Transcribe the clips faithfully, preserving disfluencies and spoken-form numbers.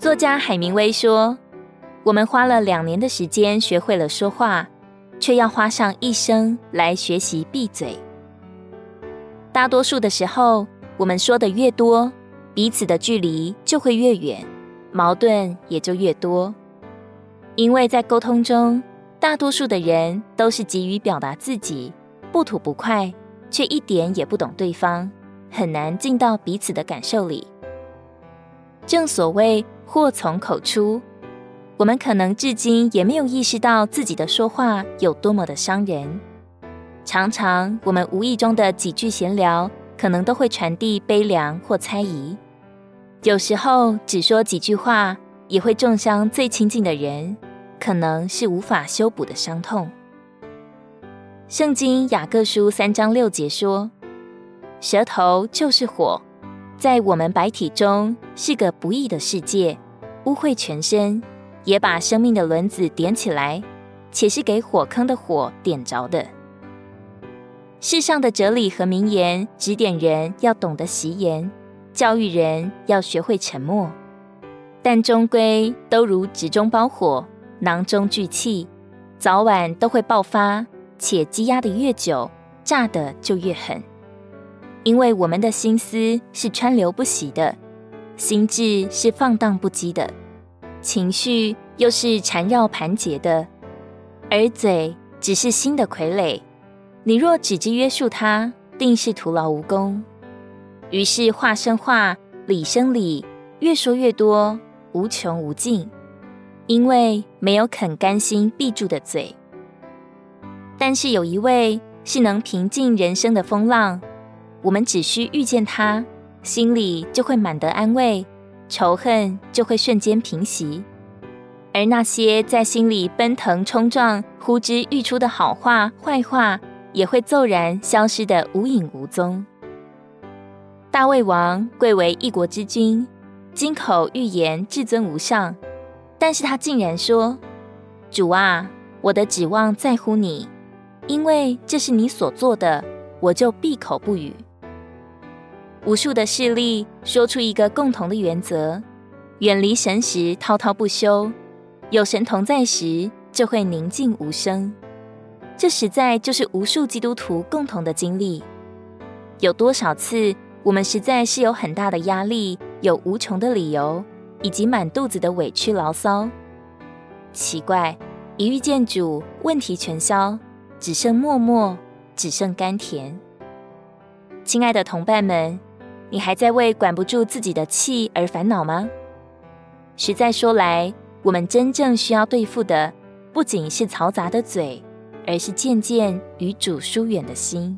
作家海明威说，我们花了两年的时间学会了说话，却要花上一生来学习闭嘴。大多数的时候，我们说的越多，彼此的距离就会越远，矛盾也就越多。因为在沟通中，大多数的人都是急于表达自己，不吐不快，却一点也不懂对方，很难进到彼此的感受里。正所谓祸从口出，我们可能至今也没有意识到自己的说话有多么的伤人。常常我们无意中的几句闲聊，可能都会传递悲凉或猜疑。有时候只说几句话，也会重伤最亲近的人，可能是无法修补的伤痛。圣经雅各书三章六节说，舌头就是火，在我们百体中是个不义的世界，污秽全身，也把生命的轮子点起来，且是给火坑的火点着的。世上的哲理和名言指点人要懂得惜言，教育人要学会沉默，但终归都如纸中包火，囊中聚气，早晚都会爆发，且积压的越久，炸的就越狠。因为我们的心思是川流不息的，心智是放荡不羁的，情绪又是缠绕盘结的，而嘴只是心的傀儡，你若只知约束它，定是徒劳无功。于是话生话，理生理，越说越多，无穷无尽，因为没有肯甘心闭住的嘴。但是有一位是能平静人生的风浪，我们只需遇见他，心里就会满得安慰，仇恨就会瞬间平息。而那些在心里奔腾冲撞、呼之欲出的好话、坏话，也会骤然消失得无影无踪。大卫王贵为一国之君，金口玉言至尊无上，但是他竟然说，主啊，我的指望在乎你，因为这是你所做的，我就闭口不语。无数的事例说出一个共同的原则，远离神时滔滔不休，有神同在时就会宁静无声。这实在就是无数基督徒共同的经历。有多少次我们实在是有很大的压力，有无穷的理由，以及满肚子的委屈牢骚。奇怪，一遇见主，问题全消，只剩默默，只剩甘甜。亲爱的同伴们，你还在为管不住自己的气而烦恼吗？实在说来，我们真正需要对付的，不仅是嘈杂的嘴，而是渐渐与主疏远的心。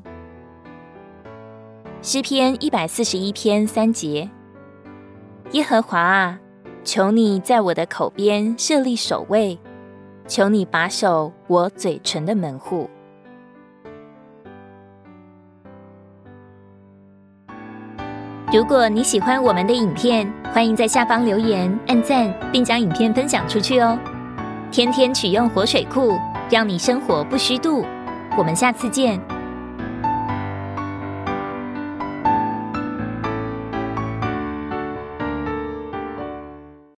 诗篇一百四十一篇三节，耶和华啊，求你在我的口边设立守卫，求你把守我嘴唇的门户。如果你喜欢我们的影片，欢迎在下方留言、按赞，并将影片分享出去哦。天天取用活水库，让你生活不虚度。我们下次见。